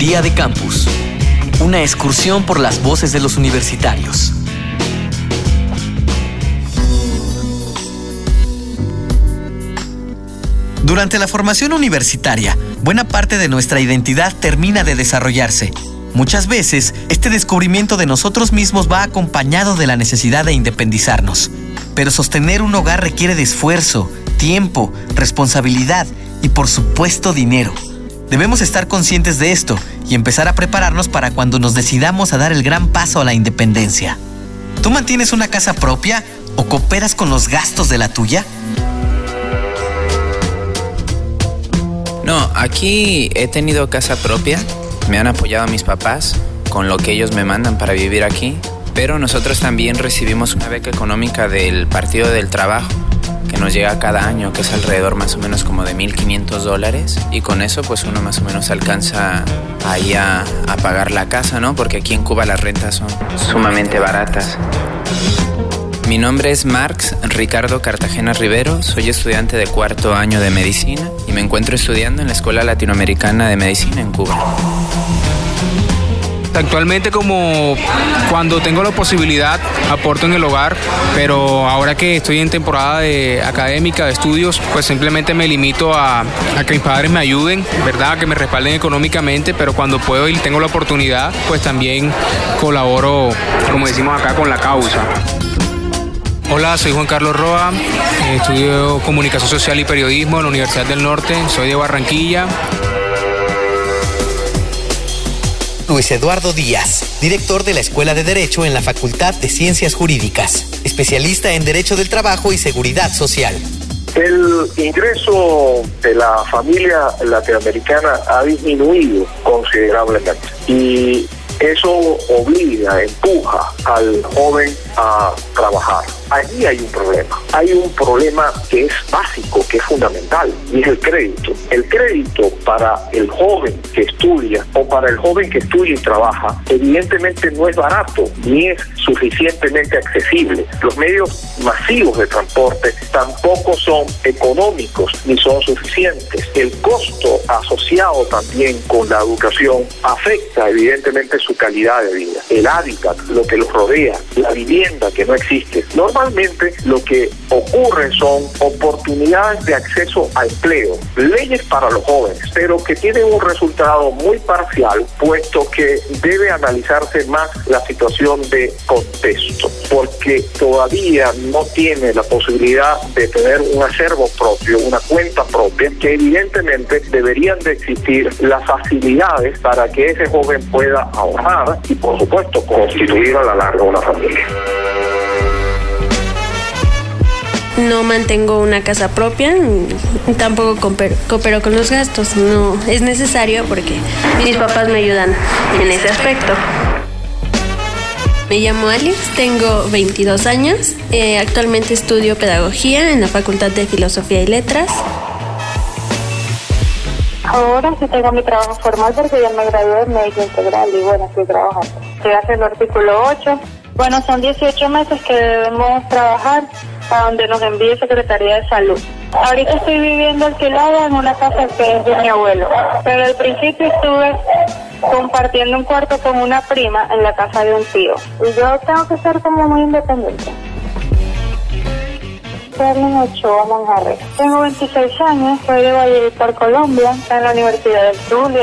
Día de Campus. Una excursión por las voces de los universitarios. Durante la formación universitaria, buena parte de nuestra identidad termina de desarrollarse. Muchas veces, este descubrimiento de nosotros mismos va acompañado de la necesidad de independizarnos. Pero sostener un hogar requiere de esfuerzo, tiempo, responsabilidad y, por supuesto, dinero. Debemos estar conscientes de esto y empezar a prepararnos para cuando nos decidamos a dar el gran paso a la independencia. ¿Tú mantienes una casa propia o cooperas con los gastos de la tuya? No, aquí he tenido casa propia. Me han apoyado mis papás con lo que ellos me mandan para vivir aquí. Pero nosotros también recibimos una beca económica del Partido del Trabajo que nos llega cada año, que es alrededor más o menos como de $1,500. Y con eso pues uno más o menos alcanza ahí a pagar la casa, ¿no? Porque aquí en Cuba las rentas son sumamente baratas. Mi nombre es Marx Ricardo Cartagena Rivero, soy estudiante de 4º año de medicina y me encuentro estudiando en la Escuela Latinoamericana de Medicina en Cuba. Actualmente, como cuando tengo la posibilidad, aporto en el hogar, pero ahora que estoy en temporada académica de estudios, pues simplemente me limito a que mis padres me ayuden, ¿verdad? Que me respalden económicamente, pero cuando puedo y tengo la oportunidad, pues también colaboro, como decimos acá, con la causa. Hola, soy Juan Carlos Roa, estudio Comunicación Social y Periodismo en la Universidad del Norte, soy de Barranquilla. Luis Eduardo Díaz, director de la Escuela de Derecho en la Facultad de Ciencias Jurídicas, especialista en Derecho del Trabajo y Seguridad Social. El ingreso de la familia latinoamericana ha disminuido considerablemente y eso obliga, empuja al joven a trabajar. Allí hay un problema. Hay un problema que es básico, que es fundamental, y es el crédito. El crédito para el joven que estudia o para el joven que estudia y trabaja, evidentemente no es barato ni es suficientemente accesible. Los medios masivos de transporte tampoco son económicos ni son suficientes. El costo asociado también con la educación afecta evidentemente su calidad de vida. El hábitat, lo que los rodea, la vivienda que no existe. Normalmente lo que ocurre son oportunidades de acceso a empleo, leyes para los jóvenes, pero que tienen un resultado muy parcial, puesto que debe analizarse más la situación de contexto, porque todavía no tiene la posibilidad de tener un acervo propio, una cuenta propia, que evidentemente deberían de existir las facilidades para que ese joven pueda ahorrar y, por supuesto, constituir a la larga una familia. No mantengo una casa propia, tampoco coopero con los gastos. No es necesario porque mis papás me ayudan en ese aspecto. Me llamo Alex, tengo 22 años. Actualmente estudio pedagogía en la Facultad de Filosofía y Letras. Ahora sí tengo mi trabajo formal porque ya me gradué en médico integral y bueno, estoy trabajando. Estoy haciendo el artículo 8. Bueno, son 18 meses que debemos trabajar a donde nos envíe Secretaría de Salud. Ahorita estoy viviendo alquilada en una casa que es de mi abuelo, pero al principio estuve compartiendo un cuarto con una prima en la casa de un tío. Y yo tengo que ser como muy independiente. Carmen Ochoa Manjarre. Tengo 26 años, soy de Valledupar, Colombia, en la Universidad del Zulia.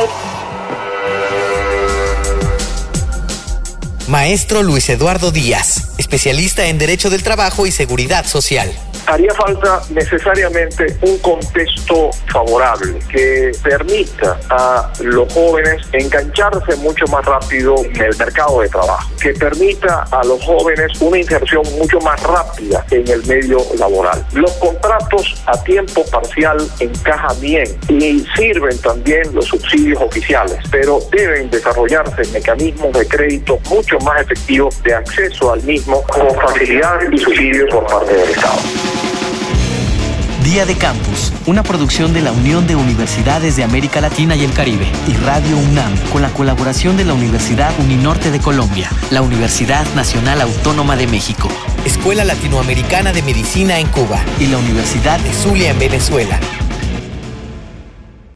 Maestro Luis Eduardo Díaz, especialista en Derecho del Trabajo y Seguridad Social. Haría falta necesariamente un contexto favorable que permita a los jóvenes engancharse mucho más rápido en el mercado de trabajo, que permita a los jóvenes una inserción mucho más rápida en el medio laboral. Los contratos a tiempo parcial encajan bien y sirven también los subsidios oficiales, pero deben desarrollarse mecanismos de crédito mucho más efectivos de acceso al mismo con facilidades y subsidios por parte del Estado. Día de Campus, una producción de la Unión de Universidades de América Latina y el Caribe y Radio UNAM, con la colaboración de la Universidad Uninorte de Colombia, la Universidad Nacional Autónoma de México, Escuela Latinoamericana de Medicina en Cuba y la Universidad de Zulia en Venezuela.